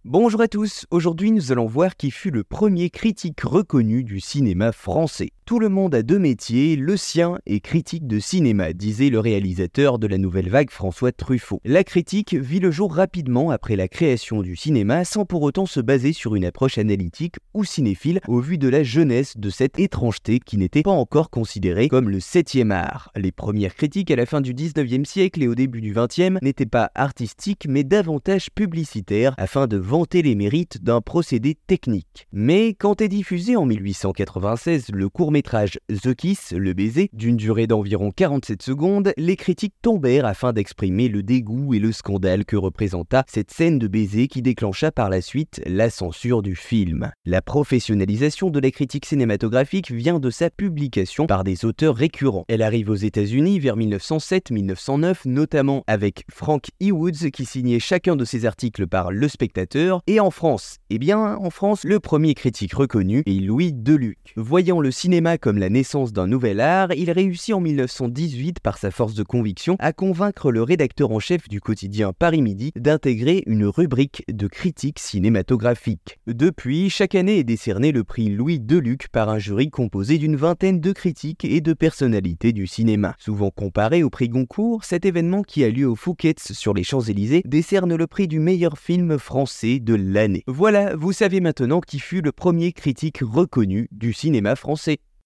Bonjour à tous, aujourd'hui nous allons voir qui fut le premier critique reconnu du cinéma français. Tout le monde a deux métiers, le sien est critique de cinéma, disait le réalisateur de la Nouvelle Vague François Truffaut. La critique vit le jour rapidement après la création du cinéma sans pour autant se baser sur une approche analytique ou cinéphile au vu de la jeunesse de cette étrangeté qui n'était pas encore considérée comme le 7e art. Les premières critiques à la fin du 19e siècle et au début du 20e n'étaient pas artistiques mais davantage publicitaires afin de vanter les mérites d'un procédé technique. Mais quand est diffusé en 1896 le court-métrage The Kiss, le baiser, d'une durée d'environ 47 secondes, les critiques tombèrent afin d'exprimer le dégoût et le scandale que représenta cette scène de baiser qui déclencha par la suite la censure du film. La professionnalisation de la critique cinématographique vient de sa publication par des auteurs récurrents. Elle arrive aux États-Unis vers 1907-1909, notamment avec Frank E. Woods qui signait chacun de ses articles par Le Spectateur, et en France, en France, le premier critique reconnu est Louis Deluc. Voyant le cinéma comme la naissance d'un nouvel art, il réussit en 1918 par sa force de conviction à convaincre le rédacteur en chef du quotidien Paris Midi d'intégrer une rubrique de critique cinématographique. Depuis, chaque année est décerné le prix Louis Deluc par un jury composé d'une vingtaine de critiques et de personnalités du cinéma. Souvent comparé au prix Goncourt, cet événement qui a lieu au Fouquet's sur les Champs-Élysées décerne le prix du meilleur film français de l'année. Voilà, vous savez maintenant qui fut le premier critique reconnu du cinéma français.